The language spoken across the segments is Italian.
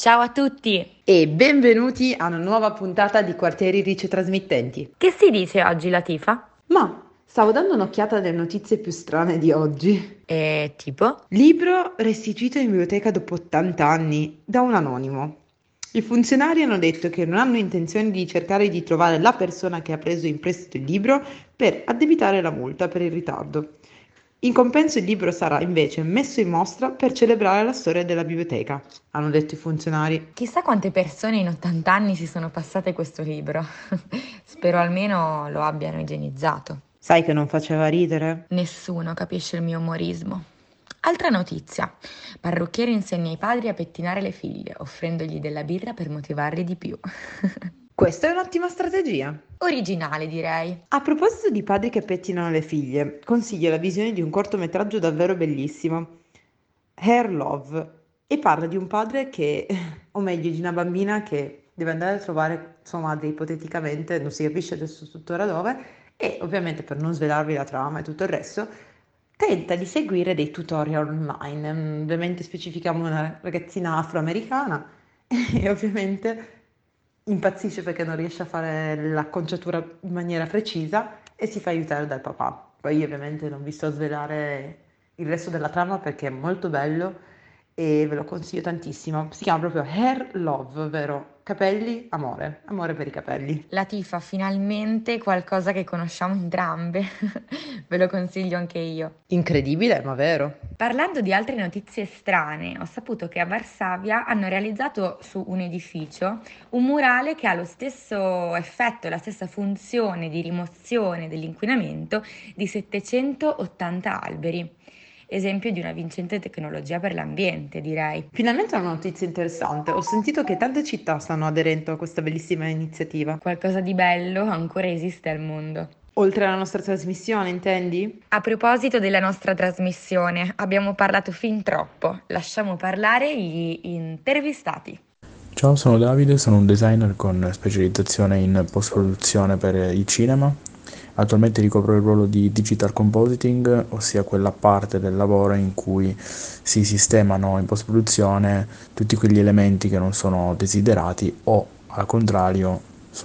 Ciao a tutti! E benvenuti a una nuova puntata di Quartieri Rice Trasmittenti. Che si dice oggi, Latifa? Ma stavo dando un'occhiata alle notizie più strane di oggi. Tipo? Libro restituito in biblioteca dopo 80 anni da un anonimo. I funzionari hanno detto che non hanno intenzione di cercare di trovare la persona che ha preso in prestito il libro per addebitare la multa per il ritardo. In compenso il libro sarà invece messo in mostra per celebrare la storia della biblioteca, hanno detto i funzionari. Chissà quante persone in 80 anni si sono passate questo libro. Spero almeno lo abbiano igienizzato. Sai che non faceva ridere? Nessuno capisce il mio umorismo. Altra notizia. Parrucchiere insegna ai padri a pettinare le figlie, offrendogli della birra per motivarli di più. Questa è un'ottima strategia. Originale, direi. A proposito di padri che pettinano le figlie, consiglio la visione di un cortometraggio davvero bellissimo, Hair Love, e parla di un padre che, o meglio di una bambina che deve andare a trovare sua madre ipoteticamente, non si capisce adesso tuttora dove, e ovviamente per non svelarvi la trama e tutto il resto, tenta di seguire dei tutorial online. Ovviamente specifichiamo una ragazzina afroamericana e ovviamente impazzisce perché non riesce a fare l'acconciatura in maniera precisa e si fa aiutare dal papà. Poi io ovviamente non vi sto a svelare il resto della trama perché è molto bello e ve lo consiglio tantissimo. Si chiama proprio Hair Love, ovvero capelli, amore, amore per i capelli. Latifa, finalmente qualcosa che conosciamo entrambe. Ve lo consiglio anche io. Incredibile, ma vero. Parlando di altre notizie strane, ho saputo che a Varsavia hanno realizzato su un edificio un murale che ha lo stesso effetto, la stessa funzione di rimozione dell'inquinamento di 780 alberi. Esempio di una vincente tecnologia per l'ambiente, direi. Finalmente una notizia interessante. Ho sentito che tante città stanno aderendo a questa bellissima iniziativa. Qualcosa di bello ancora esiste al mondo. Oltre alla nostra trasmissione, intendi? A proposito della nostra trasmissione, abbiamo parlato fin troppo. Lasciamo parlare gli intervistati. Ciao, sono Davide, sono un designer con specializzazione in post-produzione per il cinema. Attualmente ricopro il ruolo di digital compositing, ossia quella parte del lavoro in cui si sistemano in post-produzione tutti quegli elementi che non sono desiderati o, al contrario,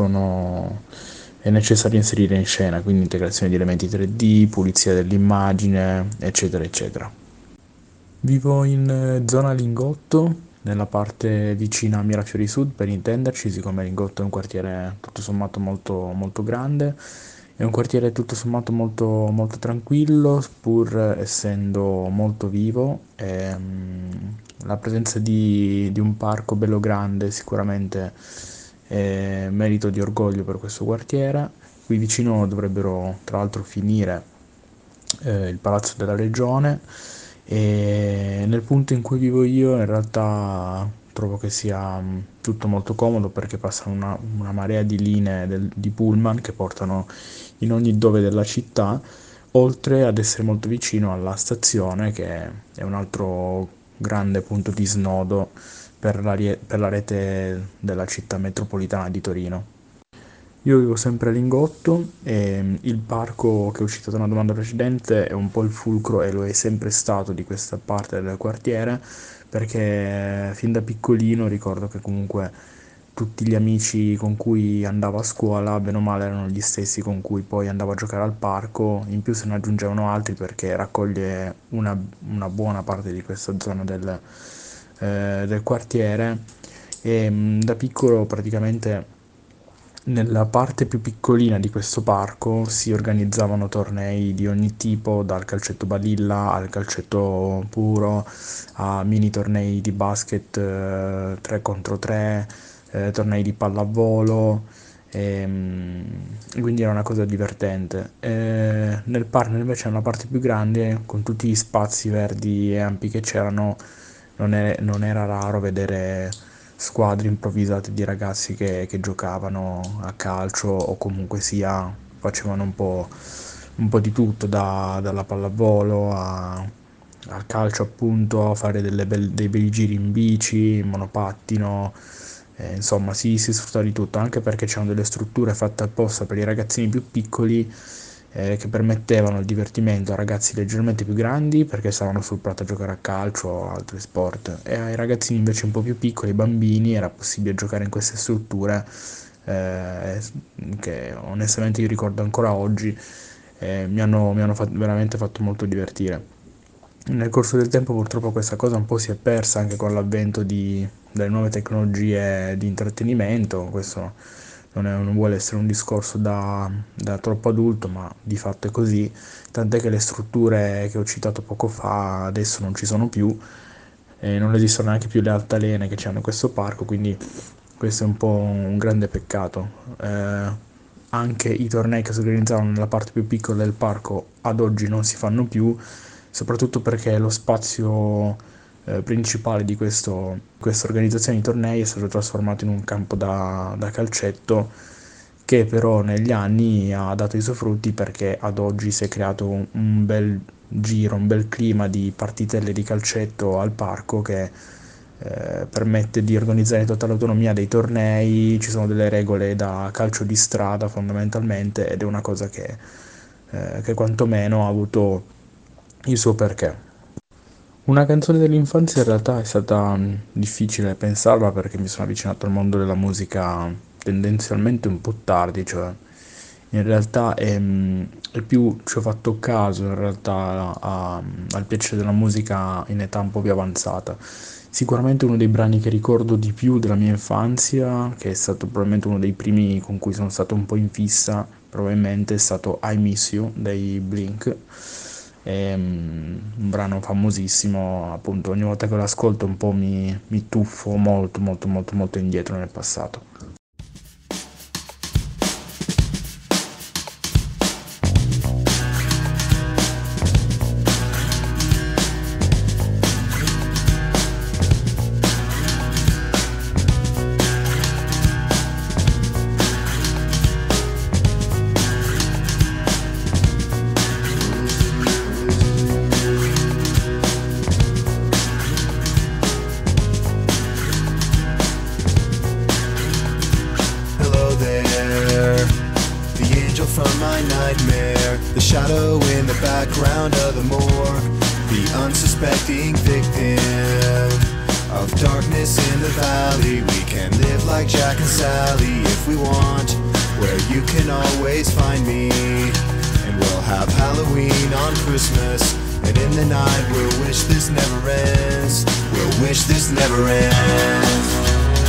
è necessario inserire in scena, quindi integrazione di elementi 3D, pulizia dell'immagine, eccetera, eccetera. Vivo in zona Lingotto, nella parte vicina a Mirafiori Sud, per intenderci, siccome Lingotto è un quartiere tutto sommato molto, molto grande, è un quartiere tutto sommato molto, molto tranquillo, pur essendo molto vivo. La presenza di un parco bello grande sicuramente è merito di orgoglio per questo quartiere. Qui vicino dovrebbero tra l'altro finire il Palazzo della Regione, e nel punto in cui vivo io in realtà trovo che sia tutto molto comodo perché passano una marea di linee di pullman che portano in ogni dove della città, oltre ad essere molto vicino alla stazione, che è un altro grande punto di snodo per la rete della città metropolitana di Torino. Io vivo sempre a Lingotto e il parco che è uscito da una domanda precedente è un po' il fulcro, e lo è sempre stato, di questa parte del quartiere, perché fin da piccolino ricordo che comunque tutti gli amici con cui andavo a scuola, bene o male, erano gli stessi con cui poi andavo a giocare al parco. In più se ne aggiungevano altri perché raccoglie una buona parte di questa zona del quartiere. E da piccolo praticamente nella parte più piccolina di questo parco si organizzavano tornei di ogni tipo, dal calcetto balilla al calcetto puro, a mini tornei di basket 3 contro 3, tornei di pallavolo, quindi era una cosa divertente. Nel parco invece, nella parte più grande, con tutti gli spazi verdi e ampi che c'erano, non era raro vedere squadre improvvisate di ragazzi che giocavano a calcio, o comunque sia facevano un po' di tutto, dalla pallavolo al calcio appunto, a fare dei bei giri in bici, in monopattino, insomma si sfrutta di tutto, anche perché c'erano delle strutture fatte apposta per i ragazzini più piccoli che permettevano il divertimento a ragazzi leggermente più grandi perché stavano sul prato a giocare a calcio o altri sport, e ai ragazzini invece un po' più piccoli, ai bambini, era possibile giocare in queste strutture eh, che onestamente io ricordo ancora oggi, mi hanno veramente fatto molto divertire. Nel corso del tempo purtroppo questa cosa un po' si è persa anche con l'avvento delle nuove tecnologie di intrattenimento. Questo non vuole essere un discorso da troppo adulto, ma di fatto è così, tant'è che le strutture che ho citato poco fa adesso non ci sono più, e non esistono neanche più le altalene che c'hanno in questo parco, quindi questo è un po' un grande peccato. Anche i tornei che si organizzavano nella parte più piccola del parco ad oggi non si fanno più, soprattutto perché lo spazio principale di questa organizzazione di tornei è stato trasformato in un campo da calcetto, che però negli anni ha dato i suoi frutti, perché ad oggi si è creato un bel giro, un bel clima di partitelle di calcetto al parco che permette di organizzare in totale autonomia dei tornei. Ci sono delle regole da calcio di strada fondamentalmente, ed è una cosa che quantomeno ha avuto il suo perché. Una canzone dell'infanzia in realtà è stata difficile pensarla, perché mi sono avvicinato al mondo della musica tendenzialmente un po' tardi, cioè in realtà è più ci ho fatto caso in realtà al piacere della musica in età un po' più avanzata. Sicuramente uno dei brani che ricordo di più della mia infanzia, che è stato probabilmente uno dei primi con cui sono stato un po' in fissa, probabilmente è stato I Miss You dei Blink. È un brano famosissimo, appunto ogni volta che lo ascolto un po' mi tuffo molto molto molto molto indietro nel passato. Hello there, the angel from my nightmare, the shadow in the background of the morgue, the unsuspecting victim of darkness in the valley. We can live like Jack and Sally if we want, where you can always find me. And we'll have Halloween on Christmas, and in the night we'll wish this never ends. We'll wish this never ends.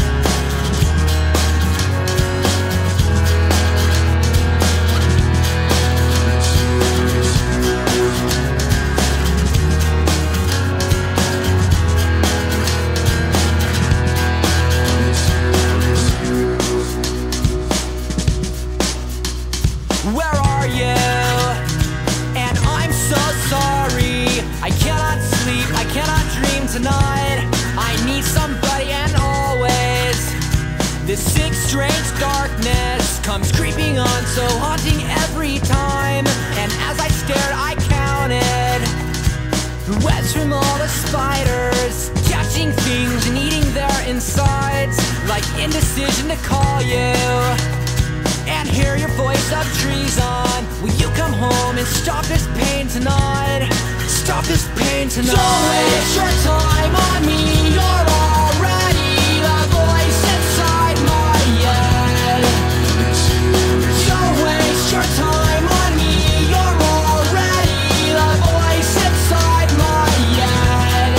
Where are you? And I'm so sorry. I cannot sleep, I cannot dream tonight. I need somebody, and always this sick, strange darkness comes creeping on, so haunting every time. And as I stared, I counted the webs from all the spiders, catching things and eating their insides, like indecision to call you and hear your voice of treason. Will you come home and stop this pain tonight? Stop this pain tonight. Don't waste your time on me. You're already the voice inside my head. Don't waste your time on me. You're already the voice inside my head.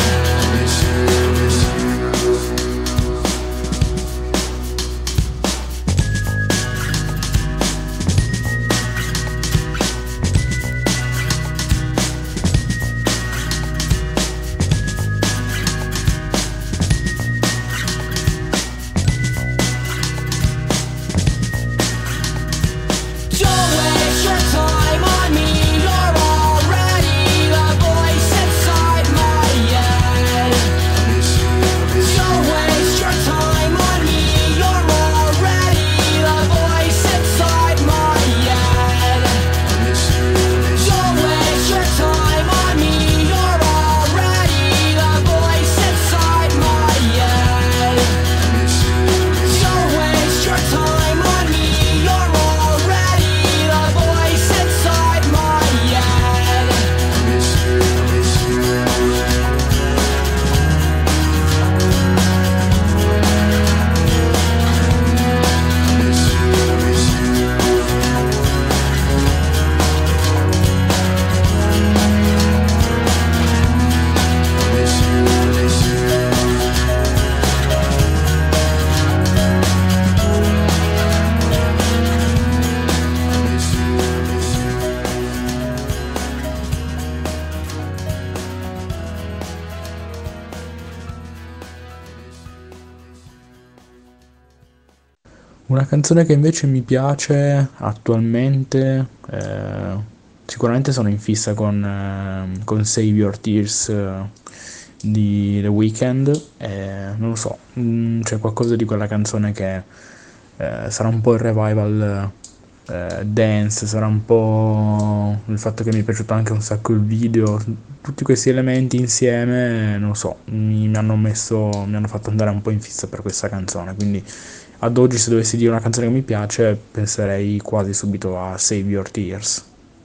Una canzone che invece mi piace attualmente, sicuramente sono in fissa con Save Your Tears di The Weeknd, non lo so, c'è qualcosa di quella canzone che sarà un po' il revival dance, sarà un po' il fatto che mi è piaciuto anche un sacco il video, tutti questi elementi insieme, non lo so, mi hanno fatto andare un po' in fissa per questa canzone, quindi ad oggi se dovessi dire una canzone che mi piace penserei quasi subito a Save Your Tears.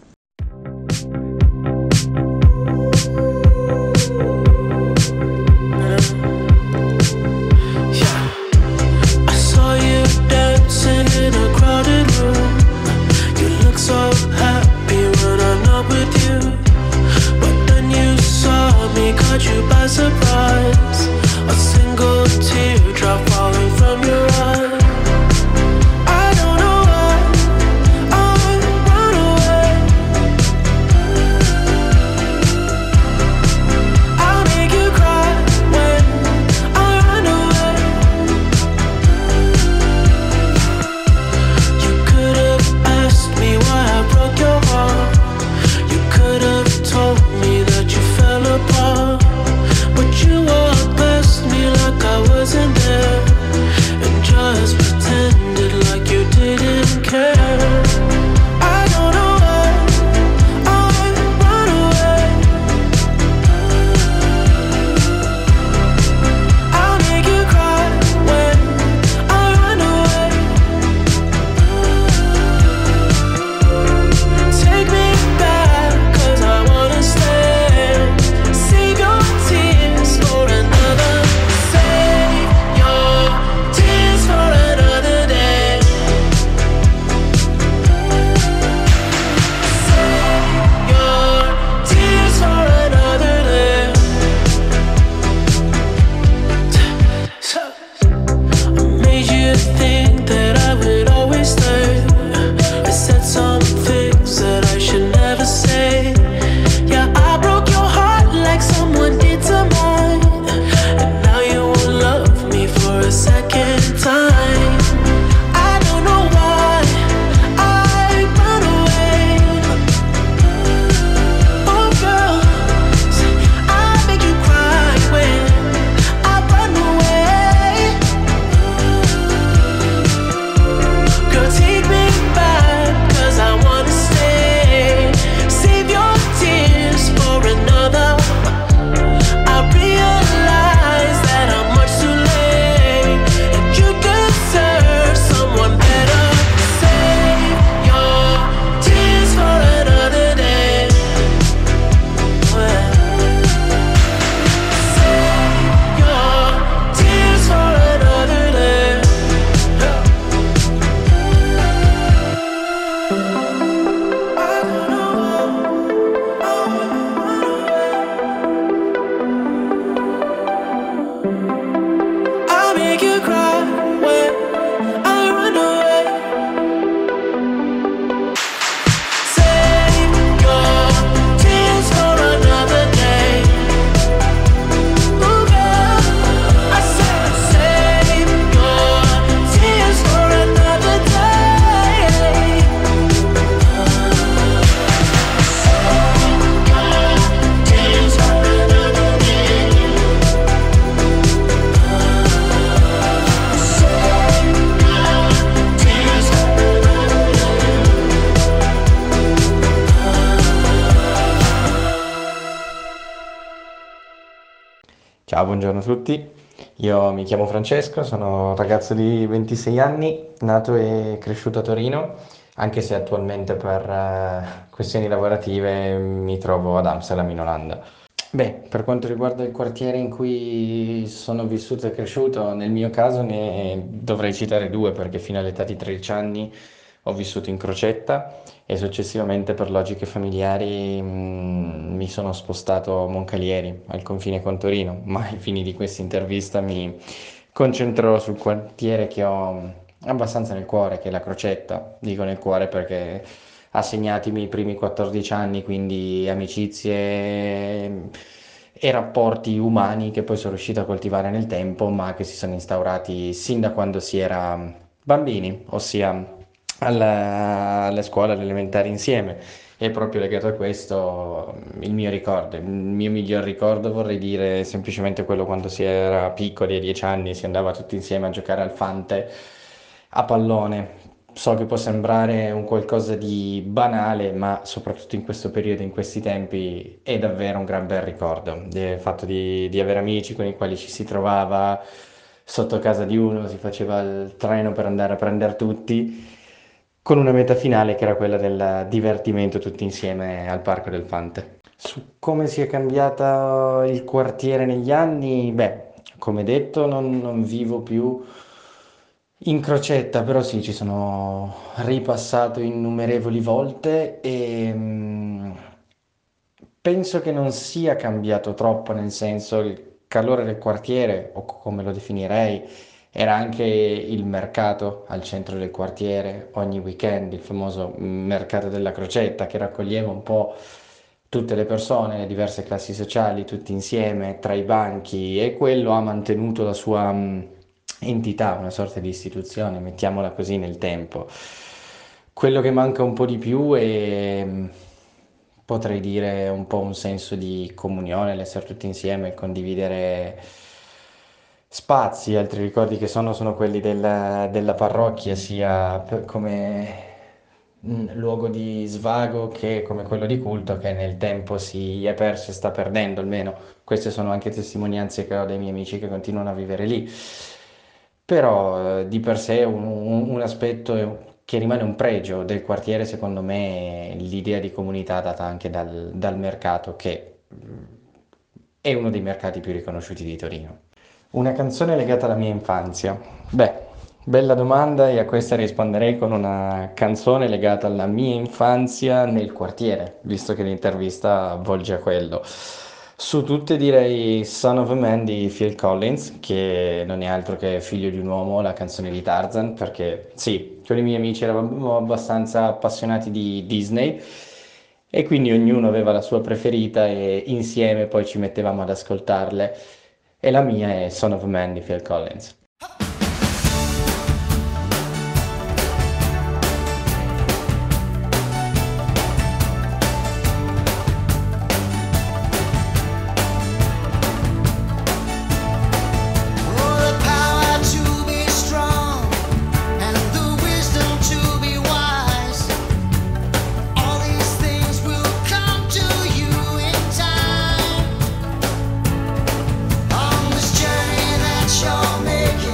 I saw you dancing in a crowded room. You look so happy when I'm not with you. But then you saw me, caught you by surprise. A single teardrop falling from your eye. I don't know why I run away. I'll make you cry when I run away. You could have asked me why I broke your heart. You could have told me that you fell apart. But you walked past me like I wasn't there, and just pretended like you didn't care. I don't know why I run away. I'll make you cry when I run away. Take me back, 'cause I wanna stay. Save your tears for another. Save your tears for another day. Save your tears for another day. I made you think that I would always stay. I said some things that I should never say. Yeah, I broke your heart like someone did to mine. And now you won't love me for a second time. I don't know why I run away. Oh girl, I make you cry when I run away. Girl, take me back, 'cause I wanna stay. Save your tears for another. I realize that I'm much too late, and you deserve someone better. Save your tears for another day. Save your tears for another day. I don't know why. I'll make you cry when I run away. Save your tears for another day. Ooh, girl, I said save your tears for another day. Save your tears for another day. Ciao, buongiorno a tutti. Io mi chiamo Francesco, sono un ragazzo di 26 anni, nato e cresciuto a Torino, anche se attualmente per questioni lavorative mi trovo ad Amsterdam in Olanda. Beh, per quanto riguarda il quartiere in cui sono vissuto e cresciuto, nel mio caso ne dovrei citare due perché fino all'età di 13 anni ho vissuto in Crocetta e successivamente per logiche familiari mi sono spostato a Moncalieri, al confine con Torino, ma ai fini di questa intervista mi concentrerò sul quartiere che ho abbastanza nel cuore, che è la Crocetta. Dico nel cuore perché ha segnato i miei primi 14 anni, quindi amicizie e rapporti umani che poi sono riuscito a coltivare nel tempo, ma che si sono instaurati sin da quando si era bambini, ossia alle scuole, alle elementari insieme. È proprio legato a questo il mio ricordo. Il mio miglior ricordo vorrei dire semplicemente quello quando si era piccoli, a 10 anni, si andava tutti insieme a giocare al Fante, a pallone. So che può sembrare un qualcosa di banale, ma soprattutto in questo periodo, in questi tempi, è davvero un gran bel ricordo. Il fatto di avere amici con i quali ci si trovava sotto casa di uno, si faceva il treno per andare a prendere tutti, con una meta finale che era quella del divertimento tutti insieme al Parco del Fante. Su come si è cambiato il quartiere negli anni, beh, come detto, non vivo più in Crocetta, però sì, ci sono ripassato innumerevoli volte e penso che non sia cambiato troppo, nel senso il calore del quartiere, o come lo definirei, era anche il mercato al centro del quartiere, ogni weekend, il famoso mercato della Crocetta che raccoglieva un po' tutte le persone, le diverse classi sociali, tutti insieme, tra i banchi, e quello ha mantenuto la sua entità, una sorta di istituzione, mettiamola così, nel tempo. Quello che manca un po' di più è, potrei dire, un po' un senso di comunione, l'essere tutti insieme, condividere spazi. Altri ricordi che sono quelli della parrocchia, sia come luogo di svago che come quello di culto, che nel tempo si è perso e sta perdendo, almeno queste sono anche testimonianze che ho dai miei amici che continuano a vivere lì. Però di per sé un aspetto che rimane un pregio del quartiere, secondo me, è l'idea di comunità data anche dal mercato, che è uno dei mercati più riconosciuti di Torino. Una canzone legata alla mia infanzia. Beh, bella domanda, e a questa risponderei con una canzone legata alla mia infanzia nel quartiere, visto che l'intervista volge a quello. Su tutte direi Son of a Man di Phil Collins, che non è altro che Figlio di un uomo, la canzone di Tarzan, perché sì, con i miei amici eravamo abbastanza appassionati di Disney e quindi ognuno aveva la sua preferita e insieme poi ci mettevamo ad ascoltarle. E la mia è Son of a Man di Phil Collins. Oh, the power to be strong and the wisdom to be wise. All these things will come to you in time. On this journey that you're making.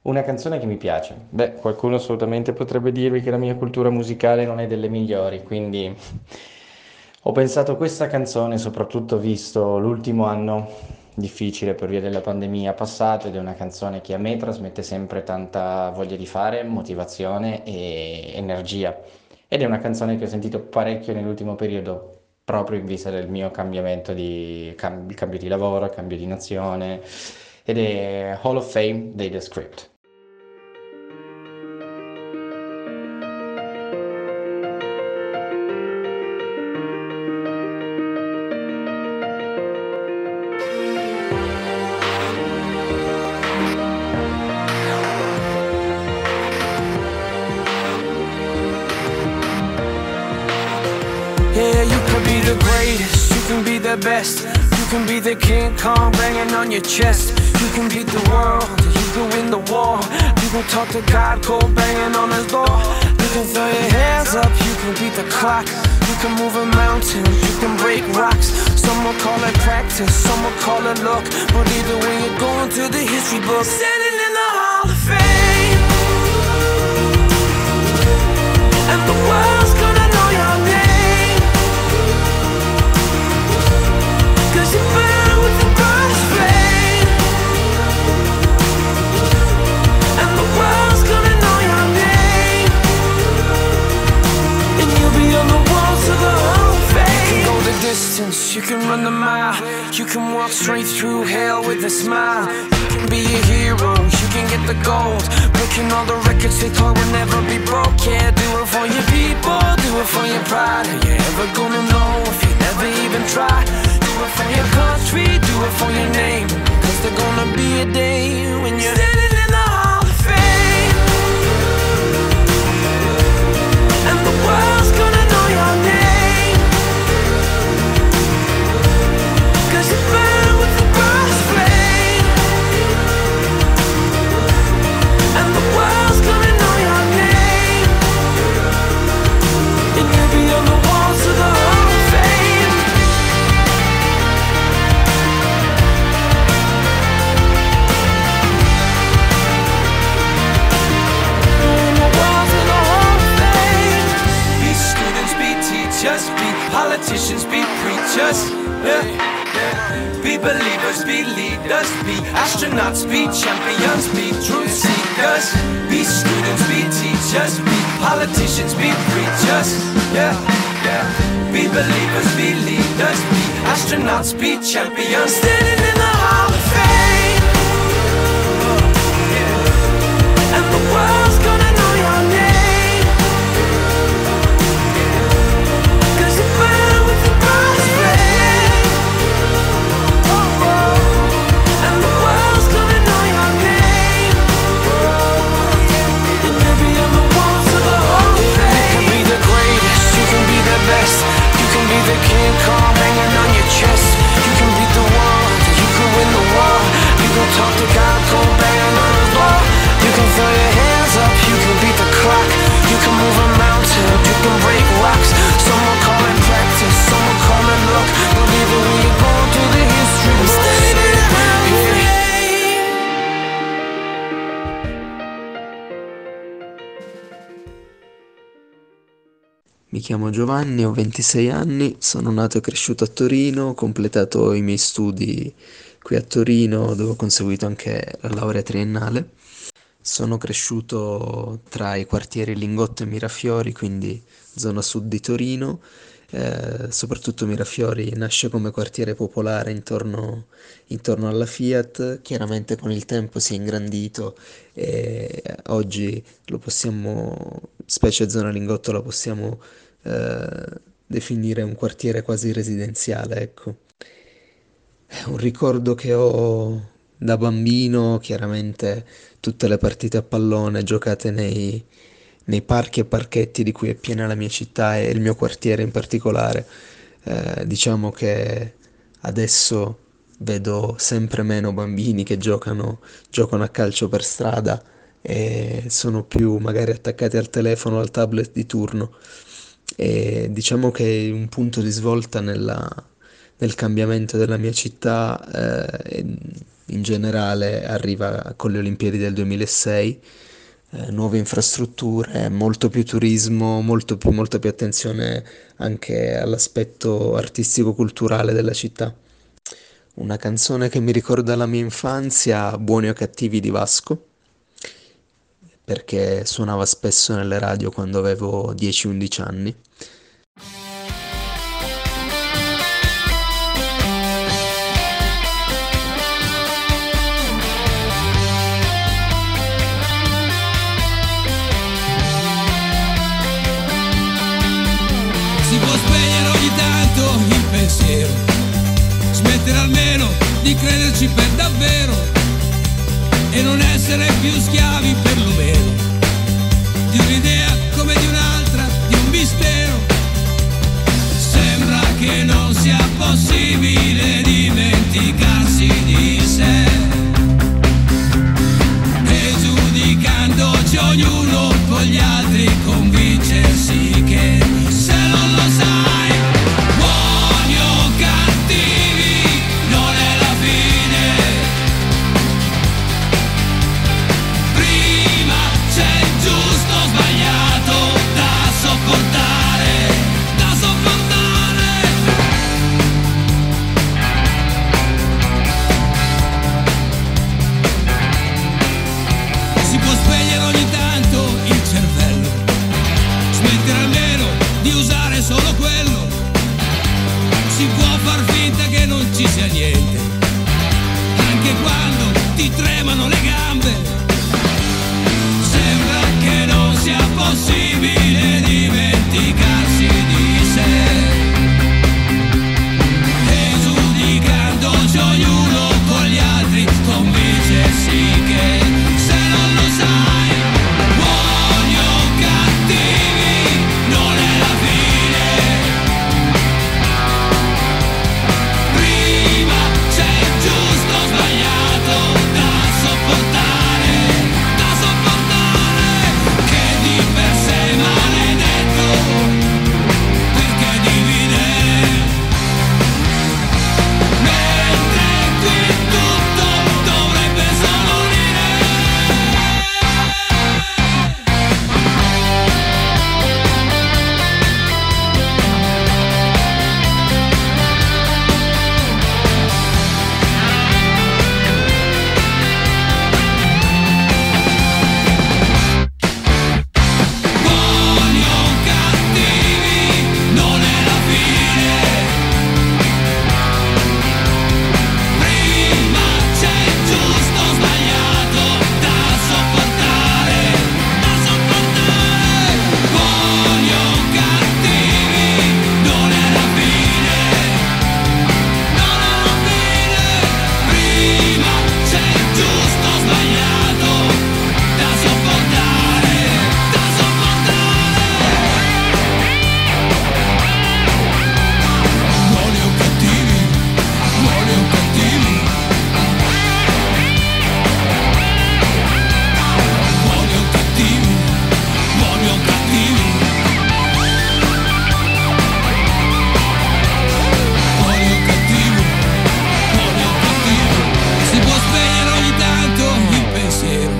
Una canzone che mi piace. Beh, qualcuno assolutamente potrebbe dirvi che la mia cultura musicale non è delle migliori, quindi ho pensato a questa canzone, soprattutto visto l'ultimo anno difficile per via della pandemia passato, ed è una canzone che a me trasmette sempre tanta voglia di fare, motivazione e energia. Ed è una canzone che ho sentito parecchio nell'ultimo periodo, proprio in vista del mio il cambio di lavoro, cambio di nazione, ed è Hall of Fame dei The Script. Yeah, you can be the greatest, you can be the best. You can be the King Kong banging on your chest. You can beat the world, you can win the war. You can talk to God, cold banging on his door. You can throw your hands up, you can beat the clock. You can move a mountain, you can break rocks. Some will call it practice, some will call it luck. But either way, you're going to the history book. Standing in the Hall of Fame, and the world's gonna know your name. You burn with the brightest flame, and the world's gonna know your name, and you'll be on the walls of the Hall of Fame. You can go the distance, you can run the mile, you can walk straight through hell with a smile. You can be a hero, you can get the gold, breaking all the records they thought would never be broke. Yeah, do it for your people, do it for your pride. Are you ever gonna know if you never even try? Do it for your country, do it for your name. Cause there's gonna be a day when you're standing in the Hall of Fame, and the world's gonna know your name. Cause you burn with the brightest flame, and the world's gonna know your name, and you'll be on the walls of the Hall of Fame. Just be politicians, be preachers, yeah, yeah. Be believers, be leaders, be astronauts, be champions, be truth seekers. Be students, be teachers, be politicians, be preachers, yeah, yeah. Be believers, be leaders, be astronauts, be champions. Standing in the Hall of Fame, yeah. And the world's gonna know your name. The King Kong hanging on your chest. You can beat the world, you can win the war. You can talk to God, go banging on his door. You can throw your hands up, you can beat the clock. You can move a mountain, you can break rocks. Some will call it practice, some will call it luck. But either way you're going to the history books. Standing in the Hall of Fame. Mi chiamo Giovanni, ho 26 anni, sono nato e cresciuto a Torino, ho completato i miei studi qui a Torino, dove ho conseguito anche la laurea triennale. Sono cresciuto tra i quartieri Lingotto e Mirafiori, quindi zona sud di Torino. Soprattutto Mirafiori nasce come quartiere popolare intorno alla Fiat. Chiaramente con il tempo si è ingrandito e oggi lo possiamo, specie zona Lingotto, la possiamo definire un quartiere quasi residenziale, ecco. Un ricordo che ho da bambino, chiaramente tutte le partite a pallone giocate nei parchi e parchetti di cui è piena la mia città e il mio quartiere in particolare. Diciamo che adesso vedo sempre meno bambini che giocano a calcio per strada e sono più magari attaccati al telefono o al tablet di turno. E diciamo che è un punto di svolta nella del cambiamento della mia città e in generale arriva con le Olimpiadi del 2006, nuove infrastrutture, molto più turismo, molta più attenzione anche all'aspetto artistico-culturale della città. Una canzone che mi ricorda la mia infanzia, Buoni o cattivi di Vasco, perché suonava spesso nelle radio quando avevo 10-11 anni. Si può spegnere ogni tanto il pensiero, smettere almeno di crederci per davvero e non essere più schiavi perlomeno di un'idea come di un'altra, di un mistero. Sembra che non sia possibile dimenticarsi di sé e giudicandoci ognuno con gli altri convincersi che se non lo sai, buoni o cattivi, non è la fine. Prima c'è il giusto o sbagliato da sopportare, da sopportare. Si può spegnere ogni tanto il cervello, smettere almeno di usare solo quello. Si può far finta che non ci sia niente, anche quando ti tremano le gambe. Sembra che non sia possibile dimenticarsi di sé e giudicandoci ognuno con gli altri convincersi che se non lo sai, buoni o cattivi, non è la fine. Prima c'è il giusto o sbagliato da sopportare, che di per sé maledetto, perché divide, mentre qui tutto dovrebbe solo unire. Buoni o cattivi, non è la fine. Prima c'è il giusto o sbagliato da sopportare, buoni o cattivi, non è la fine, non è la fine. Prima c'è il giusto o sbagliato da sopportare, buoni o cattivi, buoni o cattivi, buoni o cattivi, buoni o cattivi, buoni o cattivi, buoni o cattivi. Si può spegnere ogni tanto il pensiero.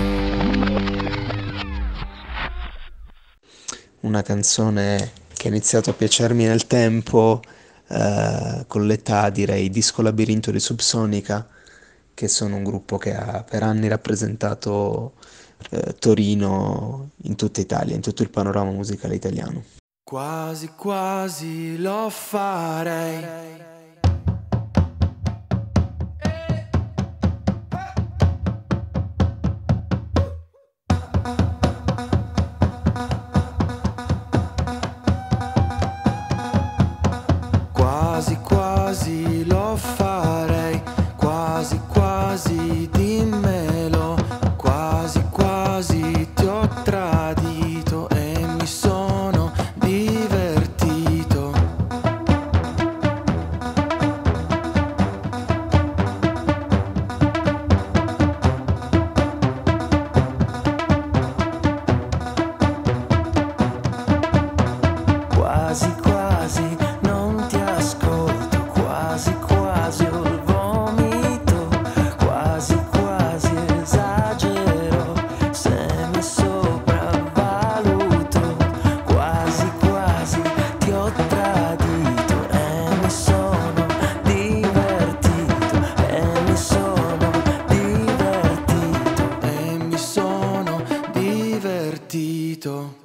Una canzone che ha iniziato a piacermi nel tempo, con l'età, direi Disco Labirinto di Subsonica, che sono un gruppo che ha per anni rappresentato Torino in tutta Italia, in tutto il panorama musicale italiano. Quasi quasi lo farei. Quasi quasi lo farei, quasi quasi dimmelo, quasi quasi ti ho tradito e mi sono divertito. vestito.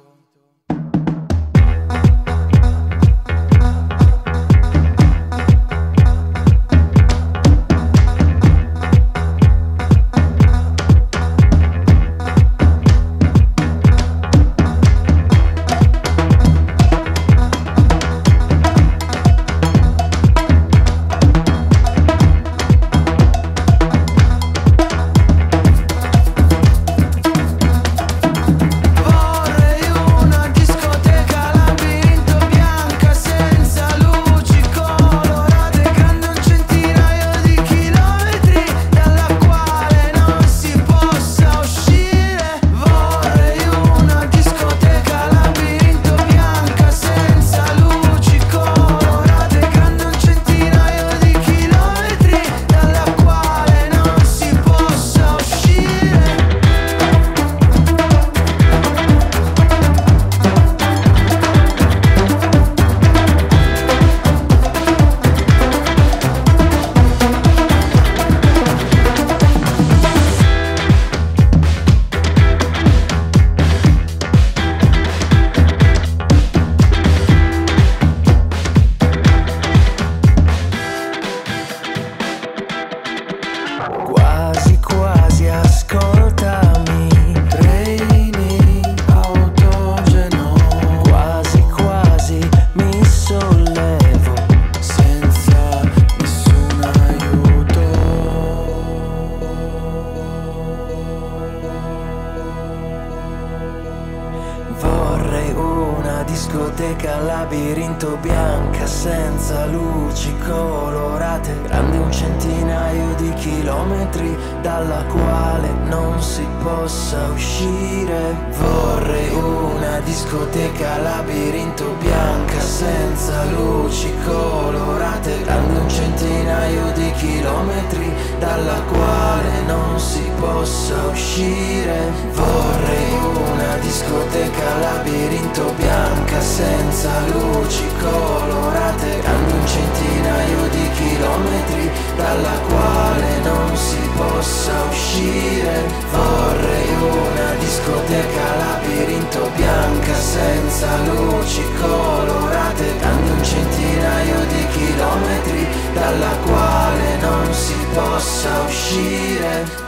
discoteca al labirinto, bianca senza luci colorate, grande un centinaio di chilometri dalla quale non si possa uscire. Vorrei una discoteca al labirinto, bianca senza luci colorate, grande un centinaio di chilometri dalla quale non si possa uscire. Vorrei una discoteca al labirinto, bianca senza luci colorate, grande un centinaio di chilometri dalla quale non si possa uscire. Vorrei una discoteca al labirinto, bianca senza luci colorate, grande un centinaio di chilometri dalla quale non si possa uscire.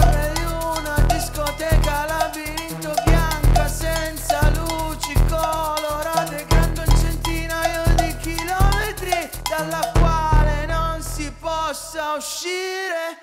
Dalla quale non si possa uscire.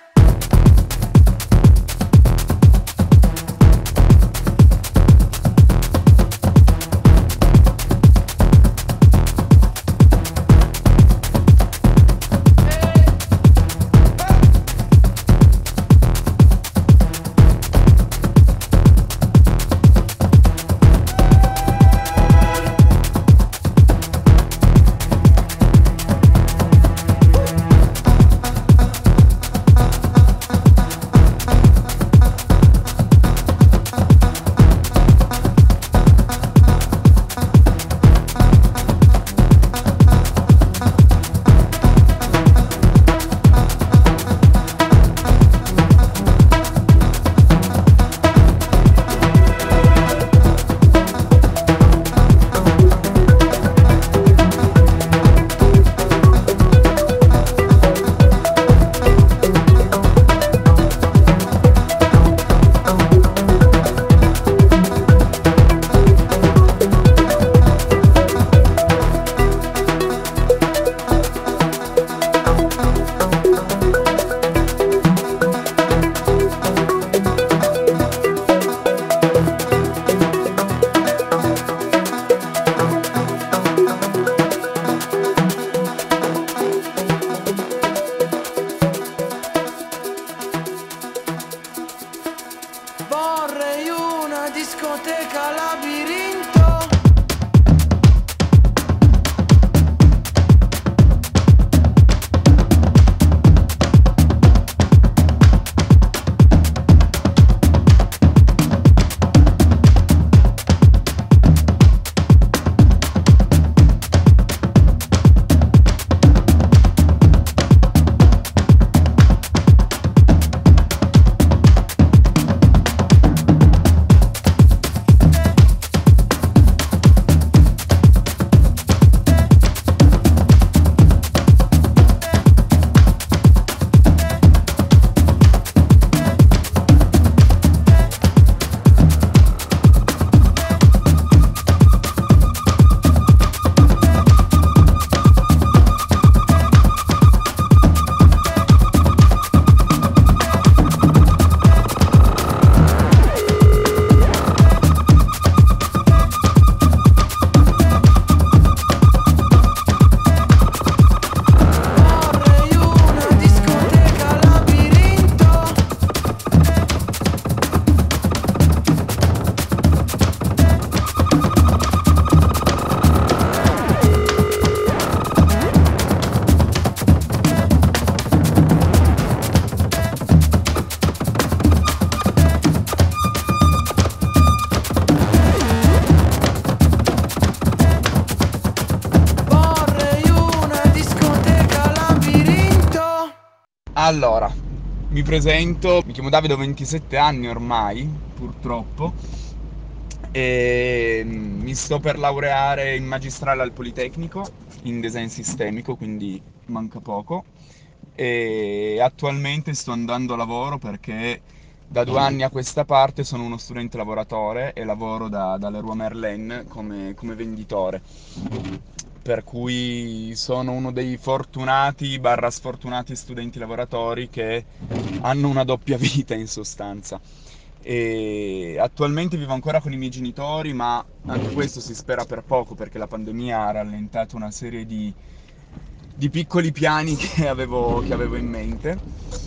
Vorrei una discoteca labirinto. Allora, mi presento, mi chiamo Davide, ho 27 anni ormai, purtroppo, e mi sto per laureare in magistrale al Politecnico in design sistemico, quindi manca poco. E attualmente sto andando a lavoro perché da 2 anni a questa parte sono uno studente lavoratore e lavoro da Leroy Merlin come venditore. Per cui sono uno dei fortunati barra sfortunati studenti lavoratori che hanno una doppia vita in sostanza. E attualmente vivo ancora con i miei genitori, ma anche questo si spera per poco perché la pandemia ha rallentato una serie di piccoli piani che avevo in mente.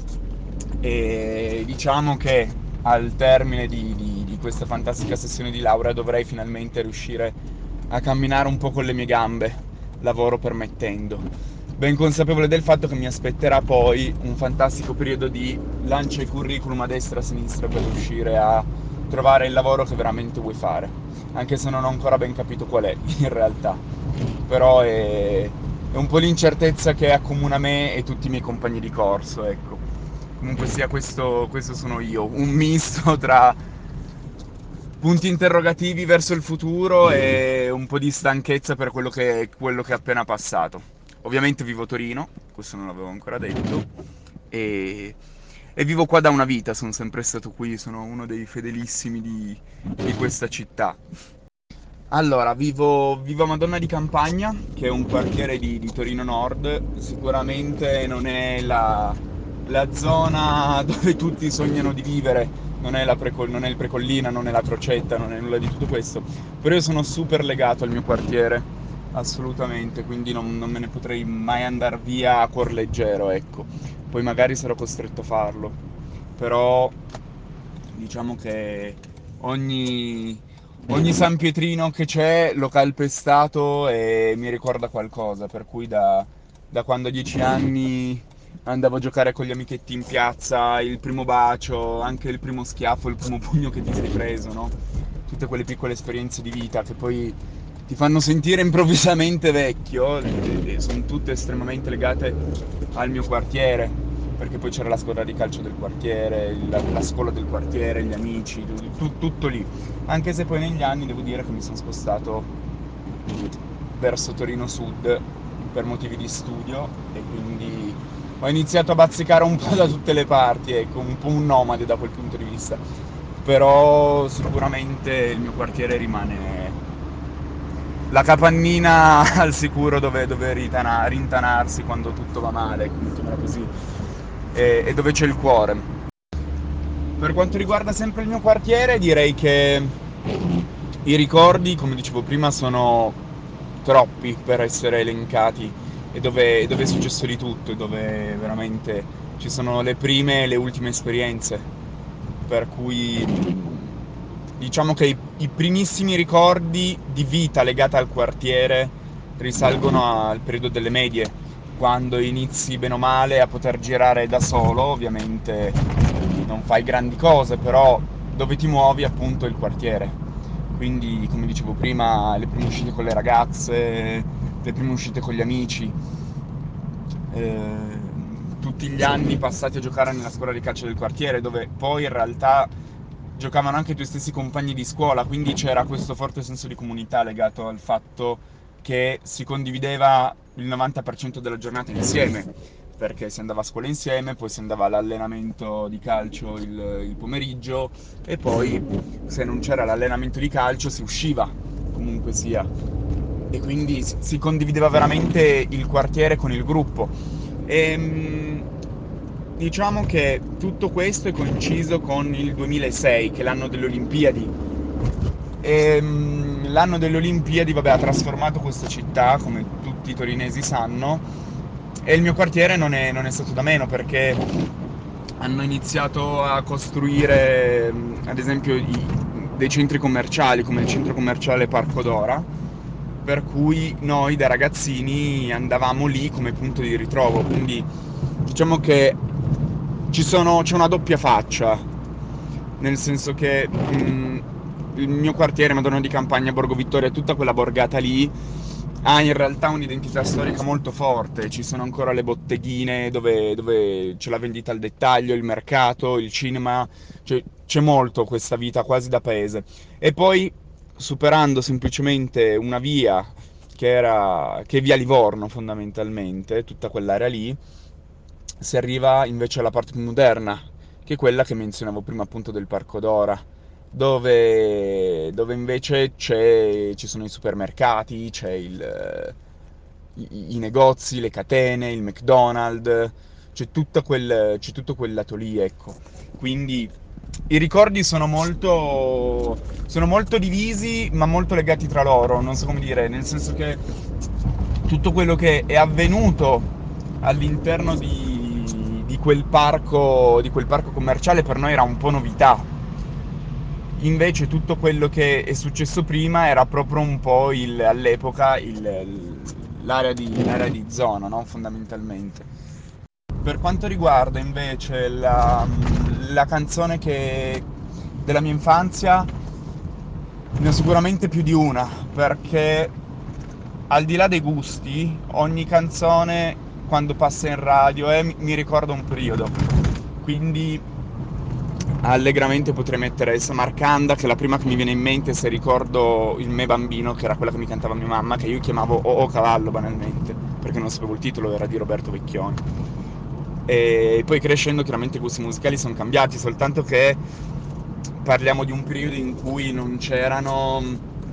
E diciamo che al termine di questa fantastica sessione di laurea dovrei finalmente riuscire a camminare un po' con le mie gambe, lavoro permettendo. Ben consapevole del fatto che mi aspetterà poi un fantastico periodo di lancia il curriculum a destra e a sinistra per riuscire a trovare il lavoro che veramente vuoi fare, anche se non ho ancora ben capito qual è in realtà. Però è un po' l'incertezza che accomuna me e tutti i miei compagni di corso, ecco. Comunque sia, questo sono io, un misto tra punti interrogativi verso il futuro e un po' di stanchezza per quello che è appena passato. Ovviamente vivo a Torino, questo non l'avevo ancora detto, e vivo qua da una vita, sono sempre stato qui, sono uno dei fedelissimi di questa città. Allora, vivo a Madonna di Campagna, che è un quartiere di Torino Nord. Sicuramente non è la zona dove tutti sognano di vivere, non è il Precollina, non è la Crocetta, non è nulla di tutto questo. Però io sono super legato al mio quartiere, assolutamente, quindi non me ne potrei mai andare via a cuor leggero, ecco. Poi magari sarò costretto a farlo, però diciamo che ogni San Pietrino che c'è l'ho calpestato e mi ricorda qualcosa, per cui da quando ho 10 anni andavo a giocare con gli amichetti in piazza, il primo bacio, anche il primo schiaffo, il primo pugno che ti sei preso, no? Tutte quelle piccole esperienze di vita che poi ti fanno sentire improvvisamente vecchio, e sono tutte estremamente legate al mio quartiere, perché poi c'era la squadra di calcio del quartiere, la scuola del quartiere, gli amici, tutto lì. Anche se poi negli anni devo dire che mi sono spostato verso Torino Sud per motivi di studio e quindi ho iniziato a bazzicare un po' da tutte le parti, ecco, un po' un nomade da quel punto di vista. Però sicuramente il mio quartiere rimane la capannina al sicuro dove rintanarsi quando tutto va male, mettiamola così, e dove c'è il cuore. Per quanto riguarda sempre il mio quartiere, direi che i ricordi, come dicevo prima, sono troppi per essere elencati, e dove è successo di tutto, e dove veramente ci sono le prime e le ultime esperienze, per cui diciamo che i primissimi ricordi di vita legata al quartiere risalgono al periodo delle medie, quando inizi bene o male a poter girare da solo. Ovviamente non fai grandi cose, però dove ti muovi appunto è il quartiere. Quindi, come dicevo prima, le prime uscite con le ragazze, le prime uscite con gli amici, tutti gli anni passati a giocare nella scuola di calcio del quartiere, dove poi in realtà giocavano anche i tuoi stessi compagni di scuola, quindi c'era questo forte senso di comunità legato al fatto che si condivideva il 90% della giornata insieme, perché si andava a scuola insieme, poi si andava all'allenamento di calcio il pomeriggio, e poi se non c'era l'allenamento di calcio si usciva, comunque sia. E quindi si condivideva veramente il quartiere con il gruppo. Diciamo che tutto questo è coinciso con il 2006, che è l'anno delle Olimpiadi. L'anno delle Olimpiadi, vabbè, ha trasformato questa città, come tutti i torinesi sanno, e il mio quartiere non è stato da meno, perché hanno iniziato a costruire, ad esempio, dei centri commerciali, come il centro commerciale Parco Dora, per cui noi da ragazzini andavamo lì come punto di ritrovo. Quindi diciamo che c'è una doppia faccia, nel senso che il mio quartiere, Madonna di Campagna, Borgo Vittoria, tutta quella borgata lì ha in realtà un'identità storica molto forte. Ci sono ancora le botteghine dove c'è la vendita al dettaglio, il mercato, il cinema, cioè, c'è molto questa vita quasi da paese. E poi, superando semplicemente una via che è via Livorno fondamentalmente, tutta quell'area lì, si arriva invece alla parte più moderna, che è quella che menzionavo prima, appunto, del Parco Dora, dove invece ci sono i supermercati, i negozi, le catene, il McDonald's, c'è tutto quel lato lì, ecco. Quindi i ricordi sono molto divisi, ma molto legati tra loro, non so come dire, nel senso che tutto quello che è avvenuto all'interno di quel parco commerciale per noi era un po' novità. Invece tutto quello che è successo prima era proprio un po' all'epoca l'area di zona, no? Fondamentalmente. Per quanto riguarda invece la canzone della mia infanzia, ne ho sicuramente più di una, perché al di là dei gusti, ogni canzone quando passa in radio mi ricorda un periodo. Quindi allegramente potrei mettere Samarcanda, che è la prima che mi viene in mente se ricordo il me bambino, che era quella che mi cantava mia mamma, che io chiamavo O Cavallo banalmente, perché non sapevo il titolo, era di Roberto Vecchioni. E poi crescendo chiaramente i gusti musicali sono cambiati, soltanto che parliamo di un periodo in cui non c'erano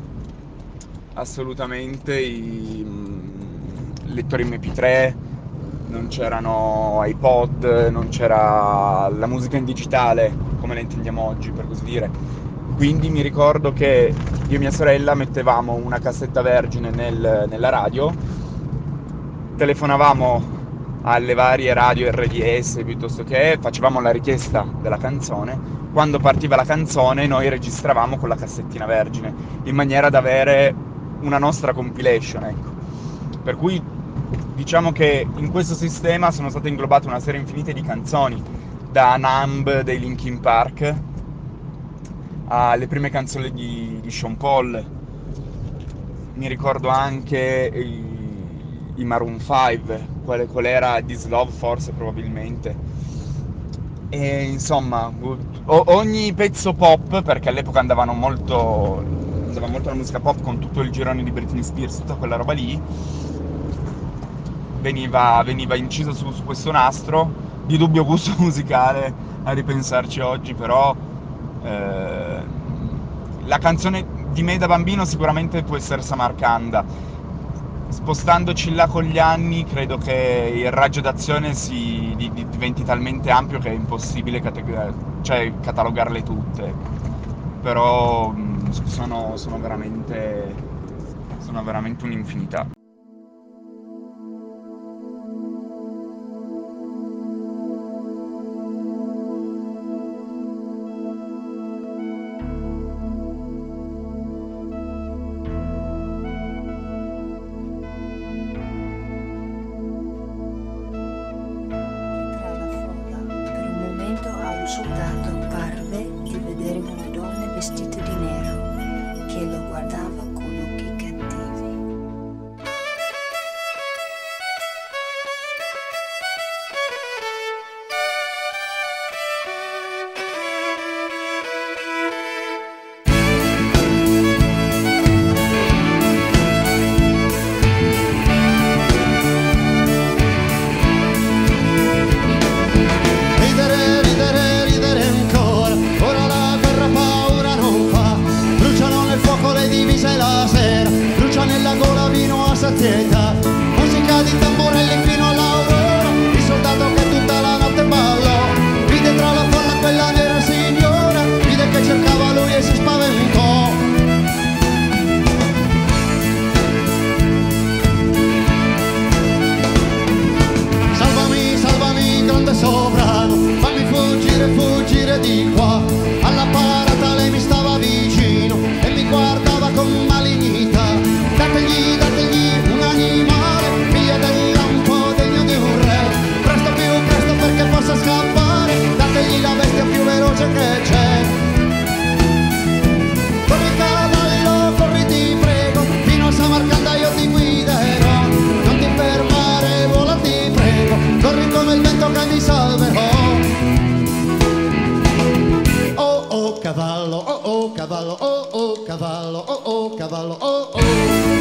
assolutamente i lettori MP3, non c'erano iPod, non c'era la musica in digitale come la intendiamo oggi, per così dire. Quindi mi ricordo che io e mia sorella mettevamo una cassetta vergine nella radio, telefonavamo alle varie radio RDS piuttosto che facevamo la richiesta della canzone. Quando partiva la canzone noi registravamo con la cassettina vergine, in maniera da avere una nostra compilation, ecco. Per cui diciamo che in questo sistema sono state inglobate una serie infinita di canzoni, da Numb dei Linkin Park alle prime canzoni di Sean Paul. Mi ricordo anche i Maroon 5, qual era This Love forse, probabilmente. E insomma, ogni pezzo pop, perché all'epoca andava molto la musica pop con tutto il girone di Britney Spears, tutta quella roba lì, veniva inciso su questo nastro di dubbio gusto musicale a ripensarci oggi, però la canzone di me da bambino sicuramente può essere Samarcanda. Spostandoci là con gli anni credo che il raggio d'azione diventi talmente ampio che è impossibile catalogarle tutte, però sono veramente un'infinità. soldato parve di vedere una donna vestita di nero che lo guardava con occhi cattivi. sazietà, musica di tamburelli fino all'aurora, il soldato che tutta la notte ballò, vide tra la folla quella nera signora, vide che cercava lui e si spaventò. Salvami, salvami, grande sovrano, fammi fuggire, fuggire di qua. Alla parata lei mi stava vicino e mi guardava con malignità. Dategli una cavallo, oh cavallo, oh cavallo, oh.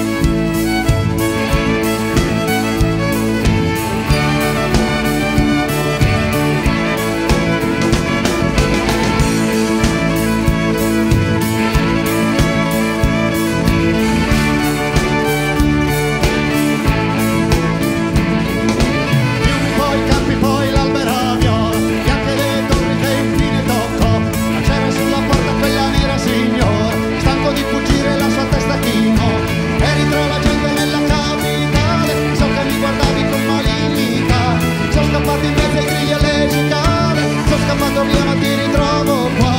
Via, ma ti ritrovo qua.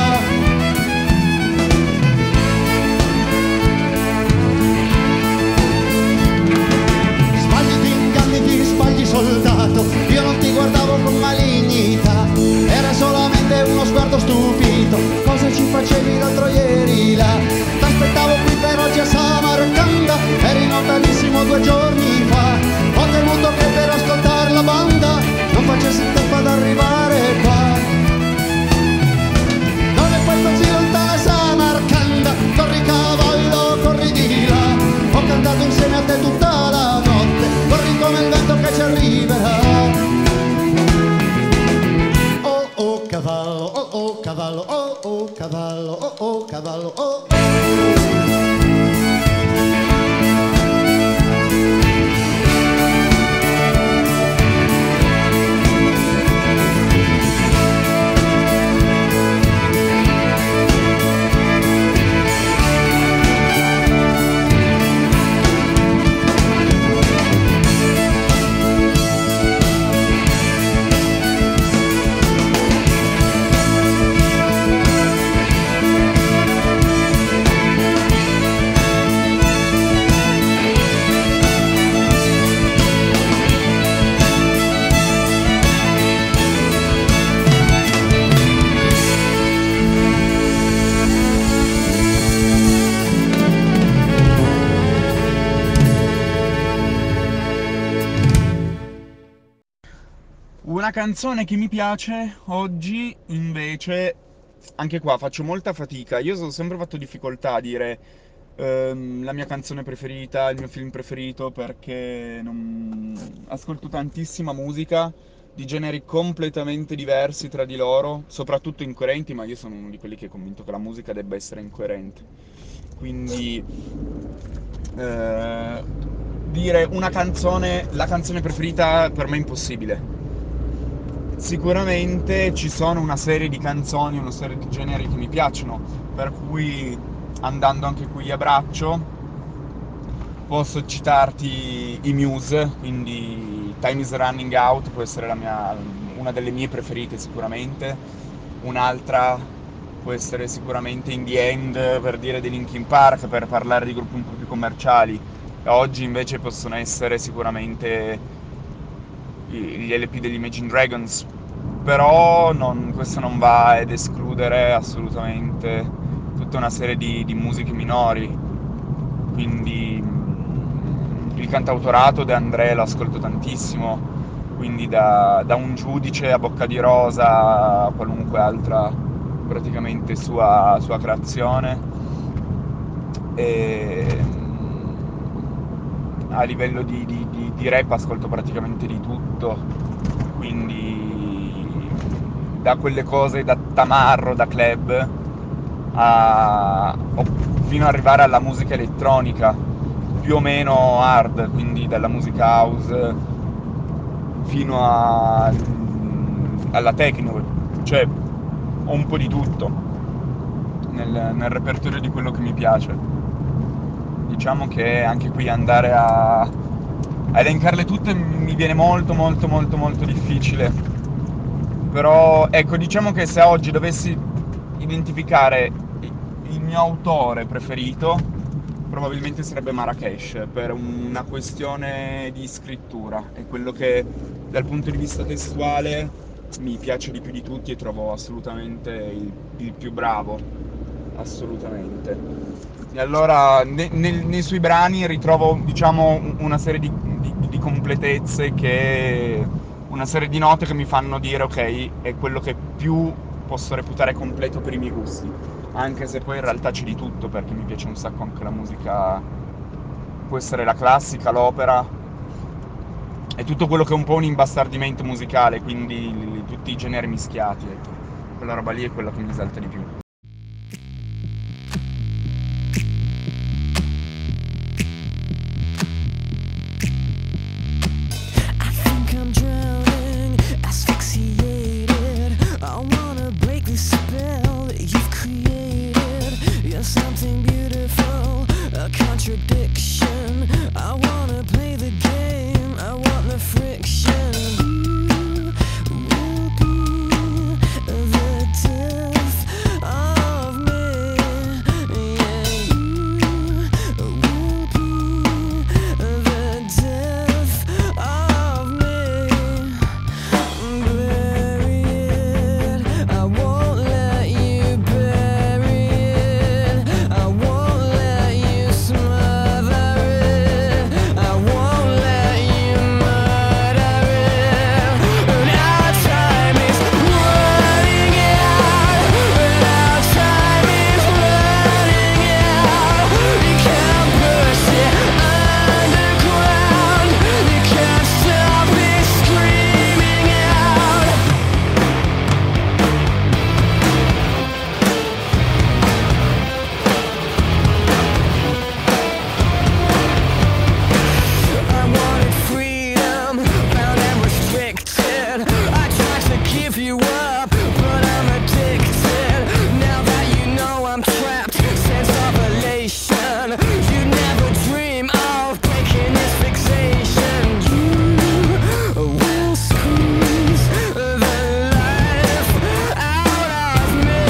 Sbagli, ti inganni, ti sbagli soldato. Io non ti guardavo con malignità, era solamente uno sguardo stupito. Cosa ci facevi l'altro ieri là? T'aspettavo qui per oggi a Samarcanda, eri lontanissimo 2 giorni fa. Ho temuto che per ascoltare la banda non facessi tempo ad arrivare qua. Così lontana Samarcanda, corri cavallo, corri di là. Ho cantato insieme a te tutta la notte, corri come il vento che ci arriverà. Oh cavallo, oh cavallo, oh cavallo, oh cavallo, oh. Una canzone che mi piace oggi, invece, anche qua faccio molta fatica. Io ho sempre fatto difficoltà a dire la mia canzone preferita, il mio film preferito, perché ascolto tantissima musica di generi completamente diversi tra di loro, soprattutto incoerenti, ma io sono uno di quelli che è convinto che la musica debba essere incoerente. Quindi dire una canzone, la canzone preferita, per me è impossibile. Sicuramente ci sono una serie di canzoni, una serie di generi che mi piacciono, per cui, andando anche qui a braccio, posso citarti i Muse, quindi Time is Running Out può essere una delle mie preferite sicuramente. Un'altra può essere sicuramente In the End, per dire, di Linkin Park, per parlare di gruppi un po' più commerciali. E oggi invece possono essere sicuramente gli LP degli Imagine Dragons, però questo non va ad escludere assolutamente tutta una serie di musiche minori. Quindi il cantautorato De André lo ascolto tantissimo, quindi da Un giudice a Bocca di Rosa a qualunque altra praticamente sua creazione. E a livello di rap ascolto praticamente di tutto, quindi da quelle cose da tamarro, da club, fino ad arrivare alla musica elettronica, più o meno hard, quindi dalla musica house fino alla techno, cioè ho un po' di tutto nel repertorio di quello che mi piace. Diciamo che anche qui andare a elencarle tutte mi viene molto difficile, però ecco, diciamo che se oggi dovessi identificare il mio autore preferito, probabilmente sarebbe Marrakesh, per una questione di scrittura. È quello che dal punto di vista testuale mi piace di più di tutti e trovo assolutamente il più bravo, assolutamente. E allora nei suoi brani ritrovo, diciamo, una serie di completezze, una serie di note che mi fanno dire ok, è quello che più posso reputare completo per i miei gusti. anche se poi in realtà c'è di tutto, perché mi piace un sacco anche la musica, può essere la classica, l'opera, e tutto quello che è un po' un imbastardimento musicale, quindi tutti i generi mischiati, ecco. Quella roba lì è quella che mi esalta di più. I think I'm drowning, asphyxiated. I wanna break the spell that you've created. You're something beautiful, a contradiction. I wanna play the game, I want the friction. You will be the death of me. Yeah, you will be the death of me. Bury it, I won't let you bury it. I won't let you smother it. I won't let you murder it. And our time is running out. And our time is running out. You can't push it underground. You can't stop it screaming out. I wanted freedom, bound and restricted. I tried to give you up, but I'm addicted. Now that you know I'm trapped, sense of elation. You never dream of breaking this fixation. You will squeeze the life out of me.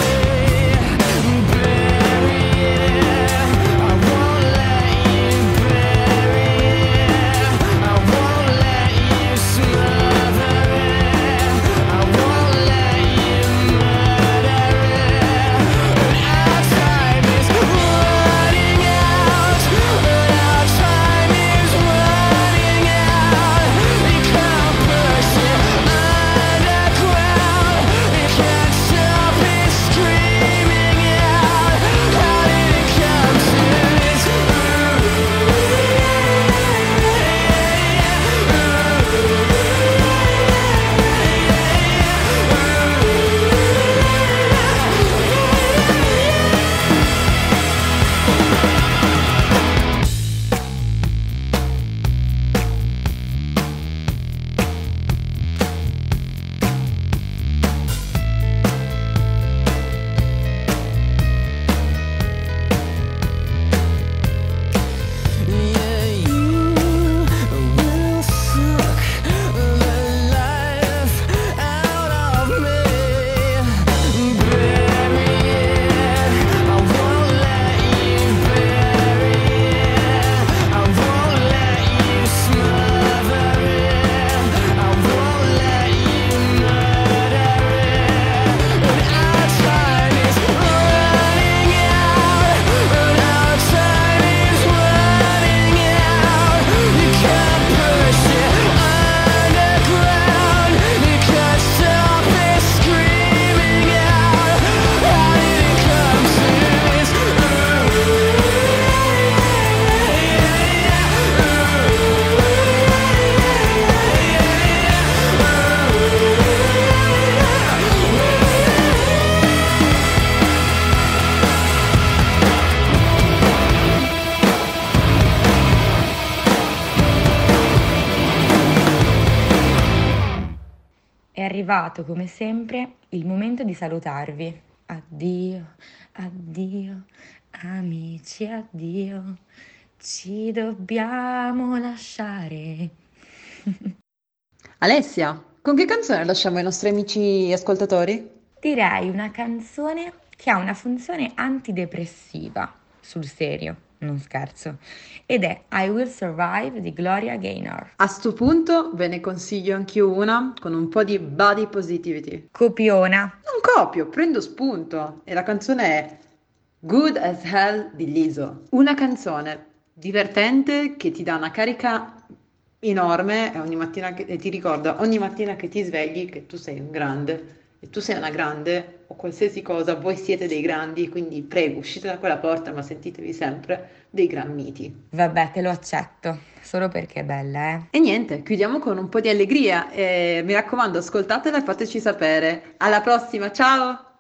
Bury it, I won't let you bury it. I won't let you smother it. I won't let you murder it. And our time is running out. And our time is running out. You can't push it underground. You can't stop it screaming out. How did it come to this? Yeah, you will suck the life out of me. Bury it, I won't let you bury it. I won't let you smother it. I won't let you murder it. And our time is running out. And our time is running out. You can't push it underground. You can't stop it screaming out. How did it come to this? È arrivato, come sempre, il momento di salutarvi. Addio, addio, amici, addio. Ci dobbiamo lasciare. Alessia, con che canzone lasciamo i nostri amici ascoltatori? Direi una canzone che ha una funzione antidepressiva, sul serio, non scherzo, ed è I Will Survive di Gloria Gaynor. A sto punto ve ne consiglio anch'io una con un po' di body positivity. Copiona. Non copio, prendo spunto e la canzone è Good as Hell di Lizzo. Una canzone divertente che ti dà una carica enorme e ogni mattina e ti ricorda ogni mattina che ti svegli che tu sei un grande e tu sei una grande o qualsiasi cosa, voi siete dei grandi, quindi prego, uscite da quella porta, ma sentitevi sempre dei gran miti. Vabbè, te lo accetto, solo perché è bella, eh. E niente, chiudiamo con un po' di allegria. Mi raccomando, ascoltatela e fateci sapere. Alla prossima, ciao!